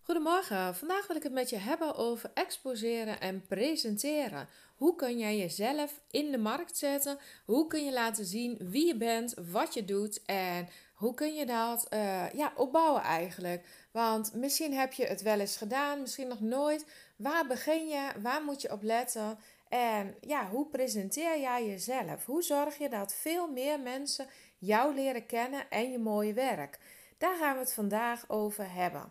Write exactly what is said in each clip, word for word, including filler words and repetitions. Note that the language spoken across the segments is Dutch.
Goedemorgen, vandaag wil ik het met je hebben over exposeren en presenteren. Hoe kun jij jezelf in de markt zetten? Hoe kun je laten zien wie je bent, wat je doet en hoe kun je dat uh, ja, opbouwen eigenlijk? Want misschien heb je het wel eens gedaan, misschien nog nooit. Waar begin je? Waar moet je op letten? En ja, hoe presenteer jij jezelf? Hoe zorg je dat veel meer mensen jou leren kennen en je mooie werk? Daar gaan we het vandaag over hebben.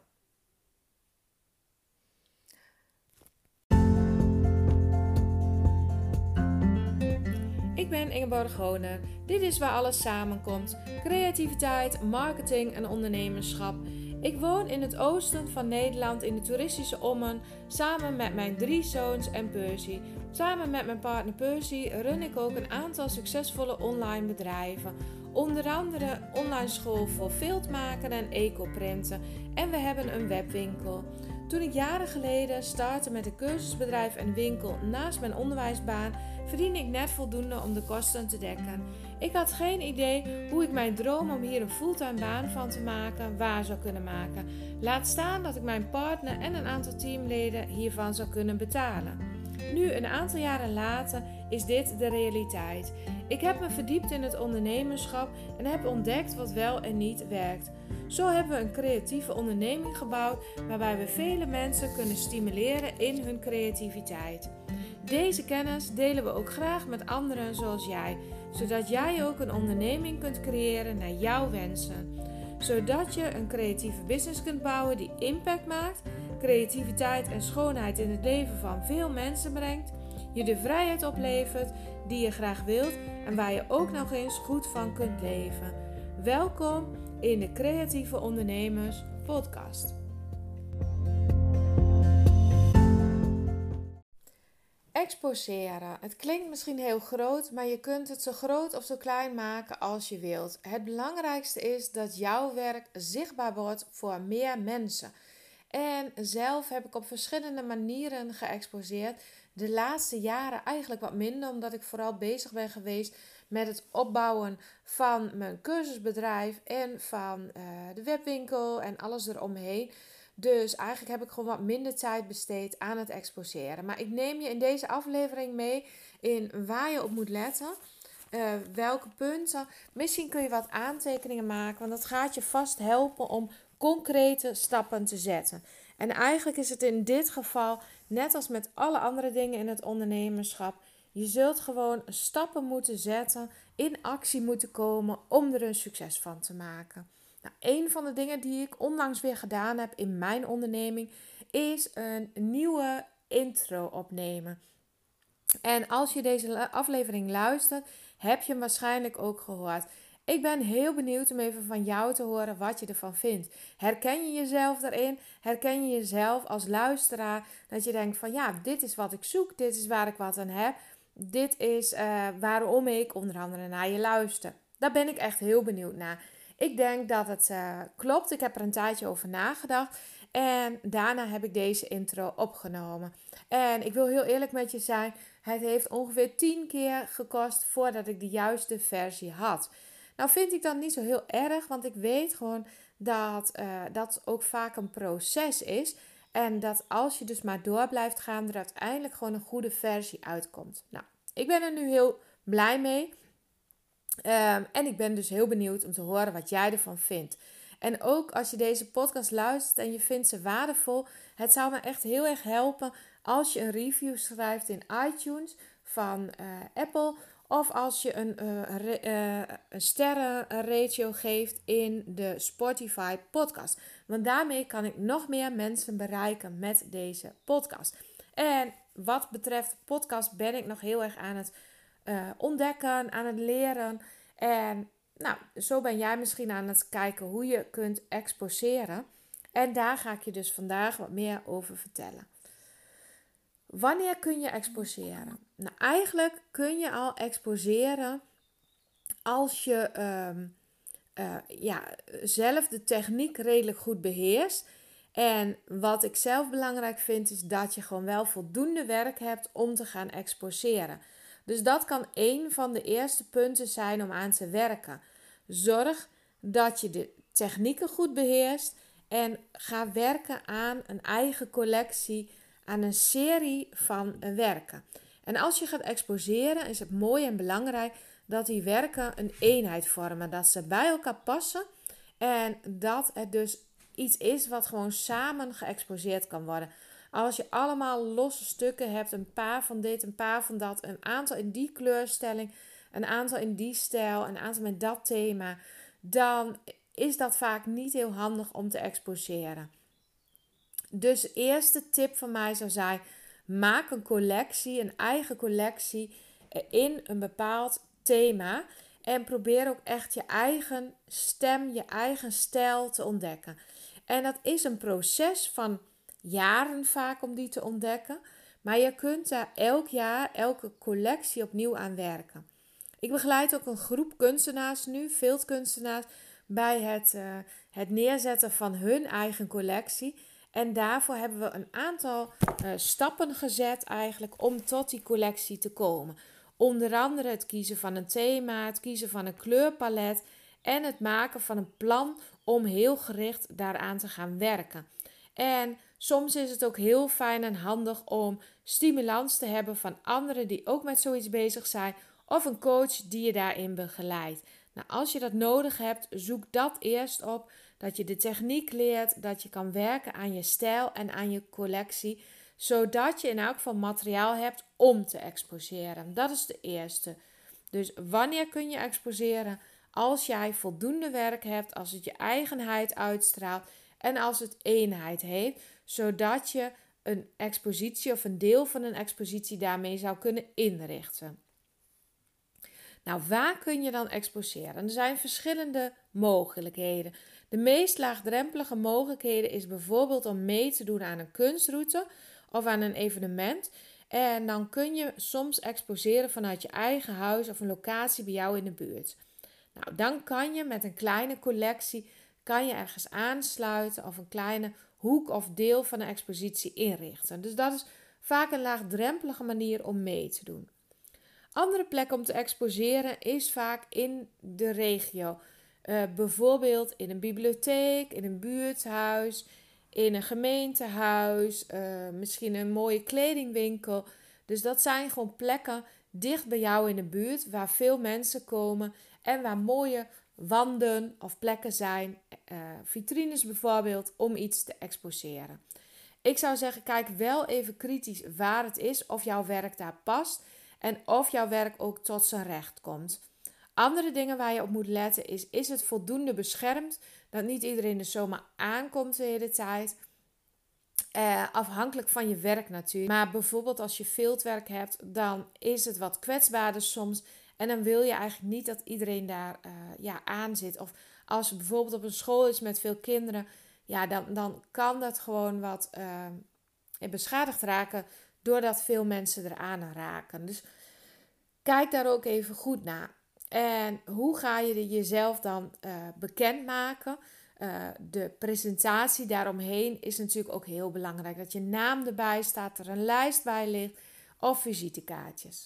Ik ben Ingeborg Groner. Dit is waar alles samenkomt. Creativiteit, marketing en ondernemerschap. Ik woon in het oosten van Nederland in de toeristische Ommen samen met mijn drie zoons en Percy. Samen met mijn partner Percy run ik ook een aantal succesvolle online bedrijven. Onder andere online school voor viltmaken en ecoprinten. En we hebben een webwinkel. Toen ik jaren geleden startte met een cursusbedrijf en winkel naast mijn onderwijsbaan, verdiende ik net voldoende om de kosten te dekken. Ik had geen idee hoe ik mijn droom om hier een fulltime baan van te maken waar zou kunnen maken. Laat staan dat ik mijn partner en een aantal teamleden hiervan zou kunnen betalen. Nu, een aantal jaren later, is dit de realiteit. Ik heb me verdiept in het ondernemerschap en heb ontdekt wat wel en niet werkt. Zo hebben we een creatieve onderneming gebouwd waarbij we vele mensen kunnen stimuleren in hun creativiteit. Deze kennis delen we ook graag met anderen zoals jij, zodat jij ook een onderneming kunt creëren naar jouw wensen. Zodat je een creatieve business kunt bouwen die impact maakt, creativiteit en schoonheid in het leven van veel mensen brengt, je de vrijheid oplevert die je graag wilt en waar je ook nog eens goed van kunt leven. Welkom in de Creatieve Ondernemers podcast. Exposeren. Het klinkt misschien heel groot, maar je kunt het zo groot of zo klein maken als je wilt. Het belangrijkste is dat jouw werk zichtbaar wordt voor meer mensen. En zelf heb ik op verschillende manieren geëxposeerd. De laatste jaren eigenlijk wat minder, omdat ik vooral bezig ben geweest met het opbouwen van mijn cursusbedrijf en van uh, de webwinkel en alles eromheen. Dus eigenlijk heb ik gewoon wat minder tijd besteed aan het exposeren. Maar ik neem je in deze aflevering mee in waar je op moet letten. Uh, welke punten. Misschien kun je wat aantekeningen maken, want dat gaat je vast helpen om concrete stappen te zetten. En eigenlijk is het in dit geval, net als met alle andere dingen in het ondernemerschap, je zult gewoon stappen moeten zetten, in actie moeten komen om er een succes van te maken. Nou, een van de dingen die ik onlangs weer gedaan heb in mijn onderneming is een nieuwe intro opnemen. En als je deze aflevering luistert, heb je hem waarschijnlijk ook gehoord. Ik ben heel benieuwd om even van jou te horen wat je ervan vindt. Herken je jezelf daarin? Herken je jezelf als luisteraar? Dat je denkt van ja, dit is wat ik zoek. Dit is waar ik wat aan heb. Dit is uh, waarom ik onder andere naar je luister. Daar ben ik echt heel benieuwd naar. Ik denk dat het uh, klopt. Ik heb er een tijdje over nagedacht. En daarna heb ik deze intro opgenomen. En ik wil heel eerlijk met je zijn. Het heeft ongeveer tien keer gekost voordat ik de juiste versie had. Nou vind ik dat niet zo heel erg. Want ik weet gewoon dat uh, dat ook vaak een proces is. En dat als je dus maar door blijft gaan, er uiteindelijk gewoon een goede versie uitkomt. Nou, ik ben er nu heel blij mee. Um, en ik ben dus heel benieuwd om te horen wat jij ervan vindt. En ook als je deze podcast luistert en je vindt ze waardevol, het zou me echt heel erg helpen als je een review schrijft in iTunes van uh, Apple. Of als je een, uh, re, uh, een sterrenratio geeft in de Spotify podcast. Want daarmee kan ik nog meer mensen bereiken met deze podcast. En wat betreft podcast ben ik nog heel erg aan het uh, ontdekken, aan het leren. En nou, zo ben jij misschien aan het kijken hoe je kunt exposeren. En daar ga ik je dus vandaag wat meer over vertellen. Wanneer kun je exposeren? Nou, eigenlijk kun je al exposeren als je um, uh, ja, zelf de techniek redelijk goed beheerst. En wat ik zelf belangrijk vind is dat je gewoon wel voldoende werk hebt om te gaan exposeren. Dus dat kan één van de eerste punten zijn om aan te werken. Zorg dat je de technieken goed beheerst En ga werken aan een eigen collectie, aan een serie van werken. En als je gaat exposeren is het mooi en belangrijk dat die werken een eenheid vormen. Dat ze bij elkaar passen en dat het dus iets is wat gewoon samen geëxposeerd kan worden. Als je allemaal losse stukken hebt, een paar van dit, een paar van dat, een aantal in die kleurstelling, een aantal in die stijl, een aantal met dat thema, dan is dat vaak niet heel handig om te exposeren. Dus de eerste tip van mij zou zijn, maak een collectie, een eigen collectie in een bepaald thema. En probeer ook echt je eigen stem, je eigen stijl te ontdekken. En dat is een proces van jaren vaak om die te ontdekken. Maar je kunt daar elk jaar, elke collectie opnieuw aan werken. Ik begeleid ook een groep kunstenaars nu, veldkunstenaars, bij het, uh, het neerzetten van hun eigen collectie. En daarvoor hebben we een aantal uh, stappen gezet eigenlijk om tot die collectie te komen. Onder andere het kiezen van een thema, het kiezen van een kleurpalet en het maken van een plan om heel gericht daaraan te gaan werken. En soms is het ook heel fijn en handig om stimulans te hebben van anderen die ook met zoiets bezig zijn of een coach die je daarin begeleidt. Nou, als je dat nodig hebt, zoek dat eerst op. Dat je de techniek leert, dat je kan werken aan je stijl en aan je collectie. Zodat je in elk geval materiaal hebt om te exposeren. Dat is de eerste. Dus wanneer kun je exposeren? Als jij voldoende werk hebt, als het je eigenheid uitstraalt en als het eenheid heeft. Zodat je een expositie of een deel van een expositie daarmee zou kunnen inrichten. Nou, waar kun je dan exposeren? Er zijn verschillende mogelijkheden. De meest laagdrempelige mogelijkheden is bijvoorbeeld om mee te doen aan een kunstroute of aan een evenement. En dan kun je soms exposeren vanuit je eigen huis of een locatie bij jou in de buurt. Nou, dan kan je met een kleine collectie kan je ergens aansluiten of een kleine hoek of deel van een expositie inrichten. Dus dat is vaak een laagdrempelige manier om mee te doen. Andere plek om te exposeren is vaak in de regio. Uh, bijvoorbeeld in een bibliotheek, in een buurthuis, in een gemeentehuis, uh, misschien een mooie kledingwinkel. Dus dat zijn gewoon plekken dicht bij jou in de buurt waar veel mensen komen en waar mooie wanden of plekken zijn, uh, vitrines bijvoorbeeld, om iets te exposeren. Ik zou zeggen, kijk wel even kritisch waar het is, of jouw werk daar past en of jouw werk ook tot zijn recht komt. Andere dingen waar je op moet letten is, is het voldoende beschermd? Dat niet iedereen er zomaar aankomt de hele tijd. Uh, afhankelijk van je werk natuurlijk. Maar bijvoorbeeld als je veldwerk hebt, dan is het wat kwetsbaarder soms. En dan wil je eigenlijk niet dat iedereen daar uh, ja, aan zit. Of als het bijvoorbeeld op een school is met veel kinderen, ja, dan, dan kan dat gewoon wat uh, beschadigd raken doordat veel mensen eraan raken. Dus kijk daar ook even goed naar. En hoe ga je jezelf dan uh, bekendmaken? Uh, de presentatie daaromheen is natuurlijk ook heel belangrijk. Dat je naam erbij staat, er een lijst bij ligt of visitekaartjes.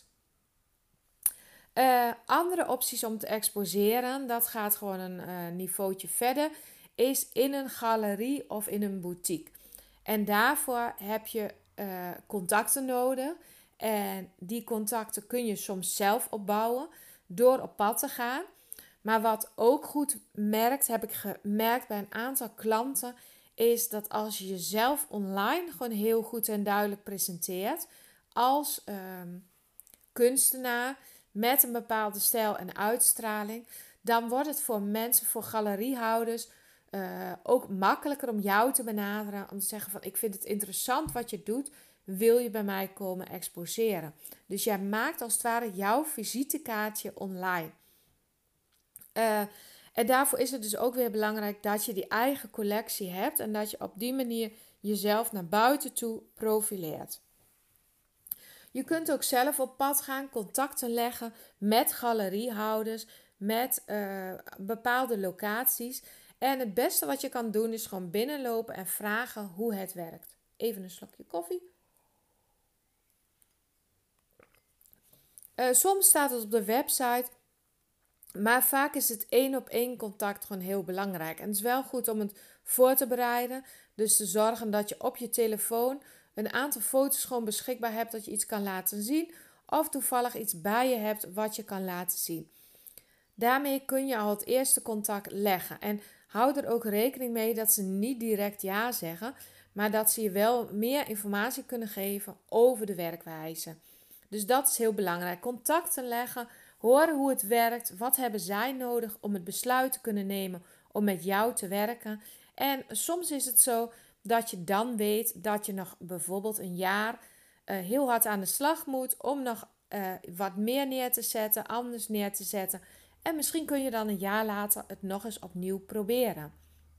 Uh, andere opties om te exposeren, dat gaat gewoon een uh, niveautje verder, is in een galerie of in een boutique. En daarvoor heb je uh, contacten nodig. En die contacten kun je soms zelf opbouwen door op pad te gaan. Maar wat ook goed merkt, heb ik gemerkt bij een aantal klanten, is dat als je jezelf online gewoon heel goed en duidelijk presenteert als um, kunstenaar met een bepaalde stijl en uitstraling, dan wordt het voor mensen, voor galeriehouders, uh, ook makkelijker om jou te benaderen. Om te zeggen van, ik vind het interessant wat je doet, wil je bij mij komen exposeren? Dus jij maakt als het ware jouw visitekaartje online. Uh, en daarvoor is het dus ook weer belangrijk dat je die eigen collectie hebt en dat je op die manier jezelf naar buiten toe profileert. Je kunt ook zelf op pad gaan, contacten leggen met galeriehouders, met uh, bepaalde locaties. En het beste wat je kan doen is gewoon binnenlopen en vragen hoe het werkt. Even een slokje koffie. Uh, soms staat het op de website, maar vaak is het één op één contact gewoon heel belangrijk. En het is wel goed om het voor te bereiden. Dus te zorgen dat je op je telefoon een aantal foto's gewoon beschikbaar hebt dat je iets kan laten zien. Of toevallig iets bij je hebt wat je kan laten zien. Daarmee kun je al het eerste contact leggen. En hou er ook rekening mee dat ze niet direct ja zeggen, maar dat ze je wel meer informatie kunnen geven over de werkwijze. Dus dat is heel belangrijk. Contacten leggen, horen hoe het werkt, wat hebben zij nodig om het besluit te kunnen nemen om met jou te werken. En soms is het zo dat je dan weet dat je nog bijvoorbeeld een jaar uh, heel hard aan de slag moet om nog uh, wat meer neer te zetten, anders neer te zetten. En misschien kun je dan een jaar later het nog eens opnieuw proberen.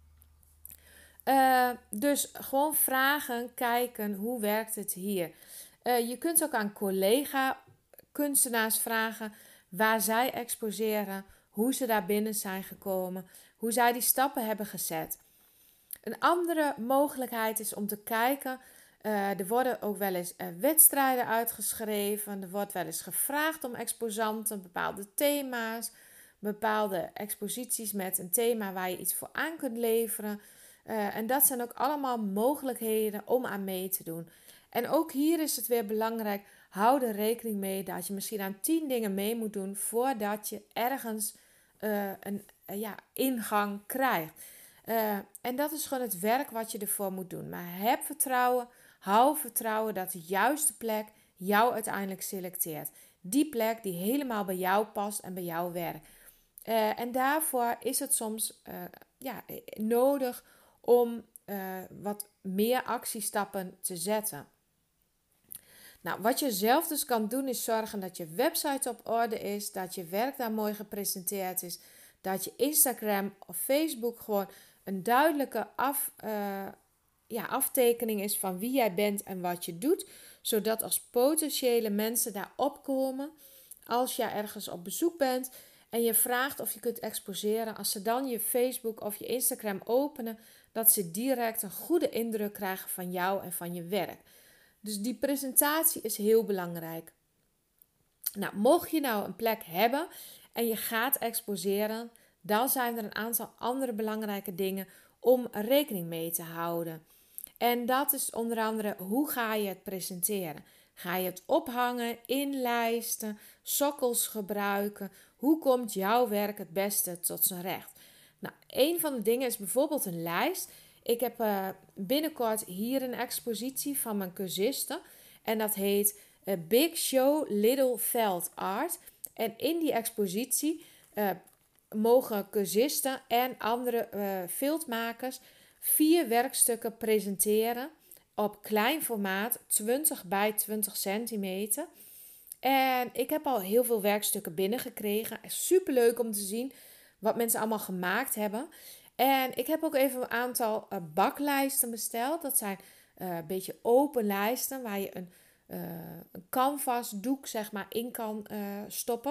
Uh, dus gewoon vragen, kijken, hoe werkt het hier? Uh, je kunt ook aan collega-kunstenaars vragen waar zij exposeren, hoe ze daar binnen zijn gekomen, hoe zij die stappen hebben gezet. Een andere mogelijkheid is om te kijken, uh, er worden ook wel eens uh, wedstrijden uitgeschreven, er wordt wel eens gevraagd om exposanten, bepaalde thema's, bepaalde exposities met een thema waar je iets voor aan kunt leveren. Uh, en dat zijn ook allemaal mogelijkheden om aan mee te doen. En ook hier is het weer belangrijk, hou er rekening mee dat je misschien aan tien dingen mee moet doen voordat je ergens uh, een uh, ja, ingang krijgt. Uh, en dat is gewoon het werk wat je ervoor moet doen. Maar heb vertrouwen, hou vertrouwen dat de juiste plek jou uiteindelijk selecteert. Die plek die helemaal bij jou past en bij jouw werk. Uh, en daarvoor is het soms uh, ja, nodig om uh, wat meer actiestappen te zetten. Nou, wat je zelf dus kan doen is zorgen dat je website op orde is, dat je werk daar mooi gepresenteerd is, dat je Instagram of Facebook gewoon een duidelijke af, uh, ja, aftekening is van wie jij bent en wat je doet, zodat als potentiële mensen daar opkomen, als jij ergens op bezoek bent en je vraagt of je kunt exposeren, als ze dan je Facebook of je Instagram openen, dat ze direct een goede indruk krijgen van jou en van je werk. Dus die presentatie is heel belangrijk. Nou, mocht je nou een plek hebben en je gaat exposeren, dan zijn er een aantal andere belangrijke dingen om rekening mee te houden. En dat is onder andere, hoe ga je het presenteren? Ga je het ophangen, inlijsten, sokkels gebruiken? Hoe komt jouw werk het beste tot zijn recht? Nou, een van de dingen is bijvoorbeeld een lijst. Ik heb uh, binnenkort hier een expositie van mijn cursisten. En dat heet uh, Big Show Little Felt Art. En in die expositie uh, mogen cursisten en andere uh, viltmakers vier werkstukken presenteren op klein formaat, twintig bij twintig centimeter. En ik heb al heel veel werkstukken binnengekregen. Superleuk om te zien wat mensen allemaal gemaakt hebben. En ik heb ook even een aantal uh, baklijsten besteld. Dat zijn uh, een beetje open lijsten waar je een, uh, een canvasdoek zeg maar in kan uh, stoppen.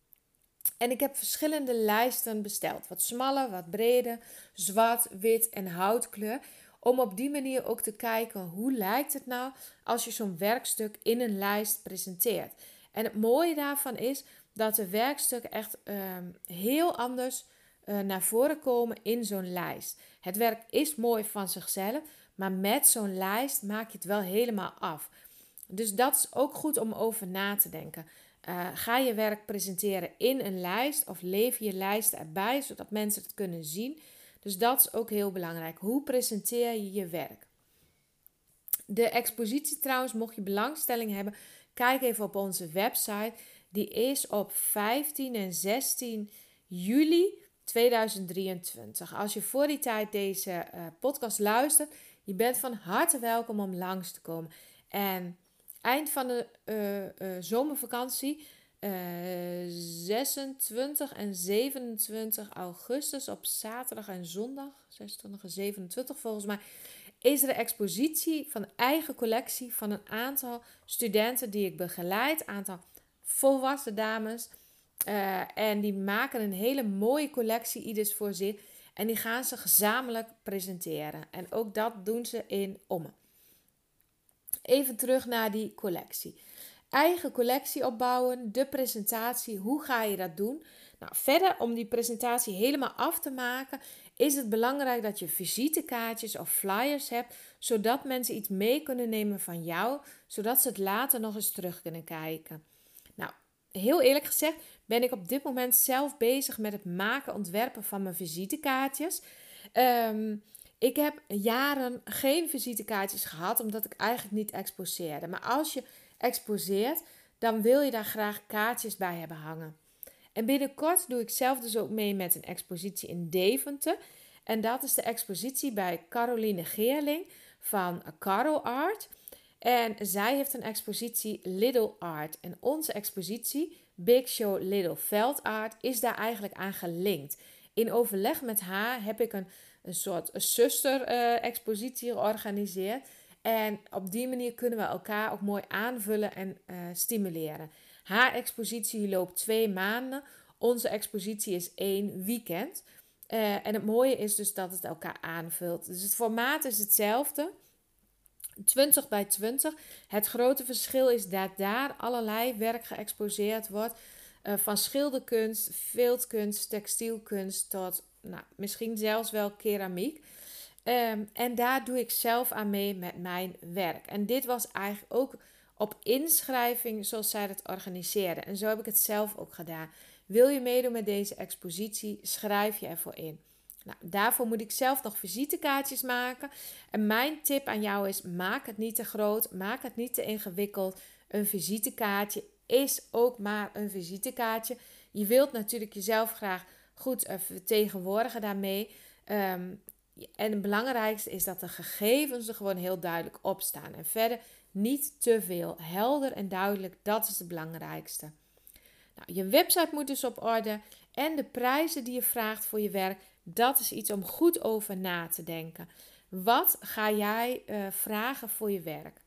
En ik heb verschillende lijsten besteld. Wat smaller, wat breder, zwart, wit en houtkleur. Om op die manier ook te kijken hoe lijkt het nou als je zo'n werkstuk in een lijst presenteert. En het mooie daarvan is dat de werkstukken echt uh, heel anders uh, naar voren komen in zo'n lijst. Het werk is mooi van zichzelf, maar met zo'n lijst maak je het wel helemaal af. Dus dat is ook goed om over na te denken. Uh, ga je werk presenteren in een lijst of lever je lijst erbij, zodat mensen het kunnen zien. Dus dat is ook heel belangrijk. Hoe presenteer je je werk? De expositie trouwens, mocht je belangstelling hebben, kijk even op onze website. Die is op vijftien en zestien juli tweeduizend drieëntwintig. Als je voor die tijd deze uh, podcast luistert, je bent van harte welkom om langs te komen. En eind van de uh, uh, zomervakantie, uh, zesentwintig en zevenentwintig augustus op zaterdag en zondag, zesentwintig en zevenentwintig volgens mij, is er een expositie van eigen collectie van een aantal studenten die ik begeleid, een aantal volwassen dames. Uh, en die maken een hele mooie collectie, ieders voor zich. En die gaan ze gezamenlijk presenteren. En ook dat doen ze in Ommen. Even terug naar die collectie. Eigen collectie opbouwen, de presentatie, hoe ga je dat doen? Nou, verder om die presentatie helemaal af te maken, is het belangrijk dat je visitekaartjes of flyers hebt, zodat mensen iets mee kunnen nemen van jou, zodat ze het later nog eens terug kunnen kijken. Nou, heel eerlijk gezegd ben ik op dit moment zelf bezig met het maken, ontwerpen van mijn visitekaartjes. Um, ik heb jaren geen visitekaartjes gehad, omdat ik eigenlijk niet exposeerde. Maar als je exposeert, dan wil je daar graag kaartjes bij hebben hangen. En binnenkort doe ik zelf dus ook mee met een expositie in Deventer. En dat is de expositie bij Caroline Geerling van Caro Art. En zij heeft een expositie Little Art. En onze expositie, Big Show Little Veld Art, is daar eigenlijk aan gelinkt. In overleg met haar heb ik een, een soort zuster-expositie uh, georganiseerd. En op die manier kunnen we elkaar ook mooi aanvullen en uh, stimuleren. Haar expositie loopt twee maanden. Onze expositie is één weekend. Uh, en het mooie is dus dat het elkaar aanvult. Dus het formaat is hetzelfde. twintig bij twintig. Het grote verschil is dat daar allerlei werk geëxposeerd wordt. Uh, van schilderkunst, viltkunst, textielkunst tot nou, misschien zelfs wel keramiek. Um, en daar doe ik zelf aan mee met mijn werk. En dit was eigenlijk ook op inschrijving zoals zij het organiseerden. En zo heb ik het zelf ook gedaan. Wil je meedoen met deze expositie, schrijf je ervoor in. Nou, daarvoor moet ik zelf nog visitekaartjes maken. En mijn tip aan jou is, maak het niet te groot, maak het niet te ingewikkeld. Een visitekaartje is ook maar een visitekaartje. Je wilt natuurlijk jezelf graag goed uh, vertegenwoordigen daarmee. Um, en het belangrijkste is dat de gegevens er gewoon heel duidelijk op staan. En verder niet te veel. Helder en duidelijk, dat is het belangrijkste. Nou, je website moet dus op orde. En de prijzen die je vraagt voor je werk, dat is iets om goed over na te denken. Wat ga jij uh, vragen voor je werk?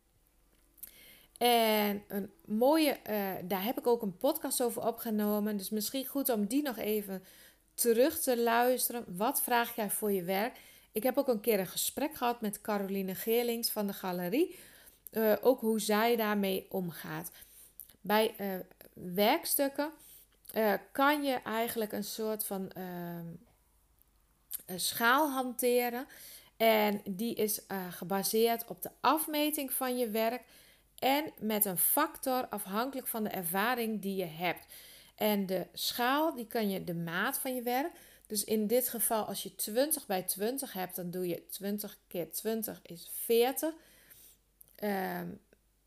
En een mooie, uh, daar heb ik ook een podcast over opgenomen. Dus misschien goed om die nog even terug te luisteren. Wat vraag jij voor je werk? Ik heb ook een keer een gesprek gehad met Caroline Geerlings van de galerie. Uh, ook hoe zij daarmee omgaat. Bij uh, werkstukken uh, kan je eigenlijk een soort van uh, een schaal hanteren. En die is uh, gebaseerd op de afmeting van je werk. En met een factor afhankelijk van de ervaring die je hebt. En de schaal, die kan je de maat van je werk. Dus in dit geval, als je twintig bij twintig hebt, dan doe je twintig keer twintig is veertig. Um,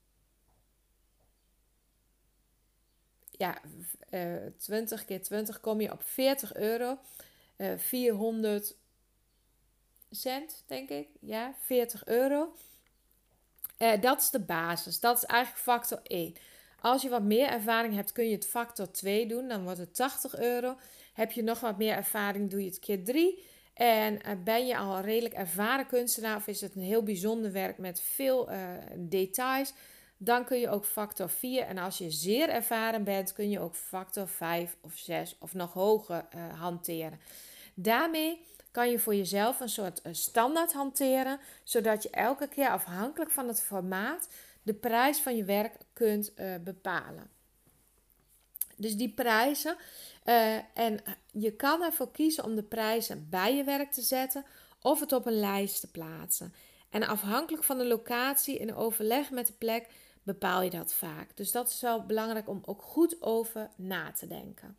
ja, uh, twintig keer twintig kom je op veertig euro. Uh, vierhonderd cent, denk ik. Ja, veertig euro. Uh, dat is de basis. Dat is eigenlijk factor één. Als je wat meer ervaring hebt, kun je het factor twee doen. Dan wordt het tachtig euro. Heb je nog wat meer ervaring, doe je het keer drie. En uh, ben je al redelijk ervaren kunstenaar of is het een heel bijzonder werk met veel uh, details, dan kun je ook factor vier. En als je zeer ervaren bent, kun je ook factor vijf of zes of nog hoger uh, hanteren. Daarmee kan je voor jezelf een soort uh, standaard hanteren, zodat je elke keer afhankelijk van het formaat de prijs van je werk kunt uh, bepalen. Dus die prijzen, uh, en je kan ervoor kiezen om de prijzen bij je werk te zetten of het op een lijst te plaatsen. En afhankelijk van de locatie in overleg met de plek bepaal je dat vaak. Dus dat is wel belangrijk om ook goed over na te denken.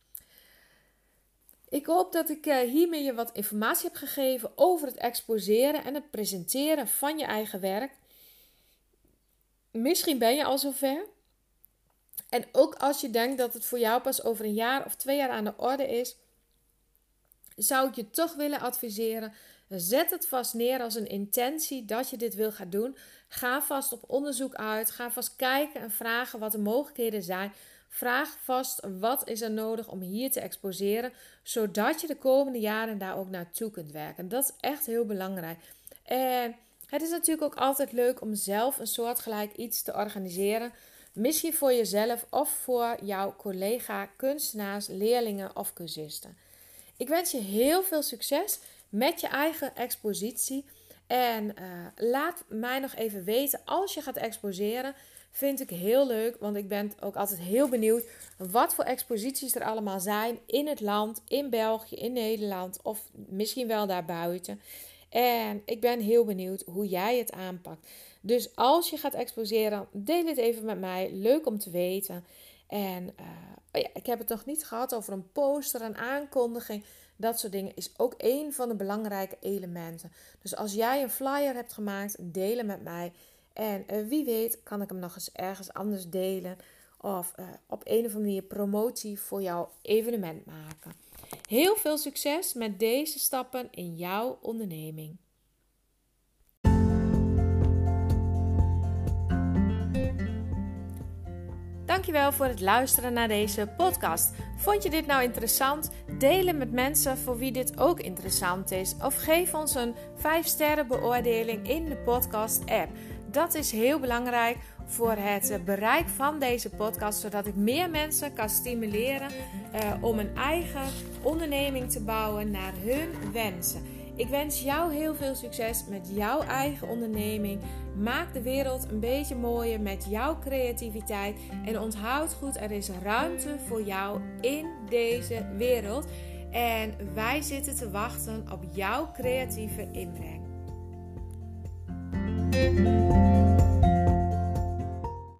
Ik hoop dat ik uh, hiermee je wat informatie heb gegeven over het exposeren en het presenteren van je eigen werk. Misschien ben je al zover. En ook als je denkt dat het voor jou pas over een jaar of twee jaar aan de orde is, zou ik je toch willen adviseren, zet het vast neer als een intentie dat je dit wil gaan doen. Ga vast op onderzoek uit, ga vast kijken en vragen wat de mogelijkheden zijn. Vraag vast wat is er nodig om hier te exposeren, zodat je de komende jaren daar ook naartoe kunt werken. Dat is echt heel belangrijk. En het is natuurlijk ook altijd leuk om zelf een soortgelijk iets te organiseren. Misschien voor jezelf of voor jouw collega, kunstenaars, leerlingen of cursisten. Ik wens je heel veel succes met je eigen expositie. En uh, laat mij nog even weten als je gaat exposeren. Vind ik heel leuk, want ik ben ook altijd heel benieuwd wat voor exposities er allemaal zijn in het land, in België, in Nederland of misschien wel daarbuiten. En ik ben heel benieuwd hoe jij het aanpakt. Dus als je gaat exposeren, deel het even met mij. Leuk om te weten. En uh, oh ja, ik heb het nog niet gehad over een poster, een aankondiging. Dat soort dingen is ook een van de belangrijke elementen. Dus als jij een flyer hebt gemaakt, deel hem met mij. En uh, wie weet kan ik hem nog eens ergens anders delen. Of uh, op een of andere manier promotie voor jouw evenement maken. Heel veel succes met deze stappen in jouw onderneming. Dankjewel voor het luisteren naar deze podcast. Vond je dit nou interessant? Deel het met mensen voor wie dit ook interessant is. Of geef ons een vijf sterren beoordeling in de podcast app. Dat is heel belangrijk voor het bereik van deze podcast. Zodat ik meer mensen kan stimuleren uh, om een eigen onderneming te bouwen naar hun wensen. Ik wens jou heel veel succes met jouw eigen onderneming. Maak de wereld een beetje mooier met jouw creativiteit. En onthoud goed, er is ruimte voor jou in deze wereld. En wij zitten te wachten op jouw creatieve inbreng.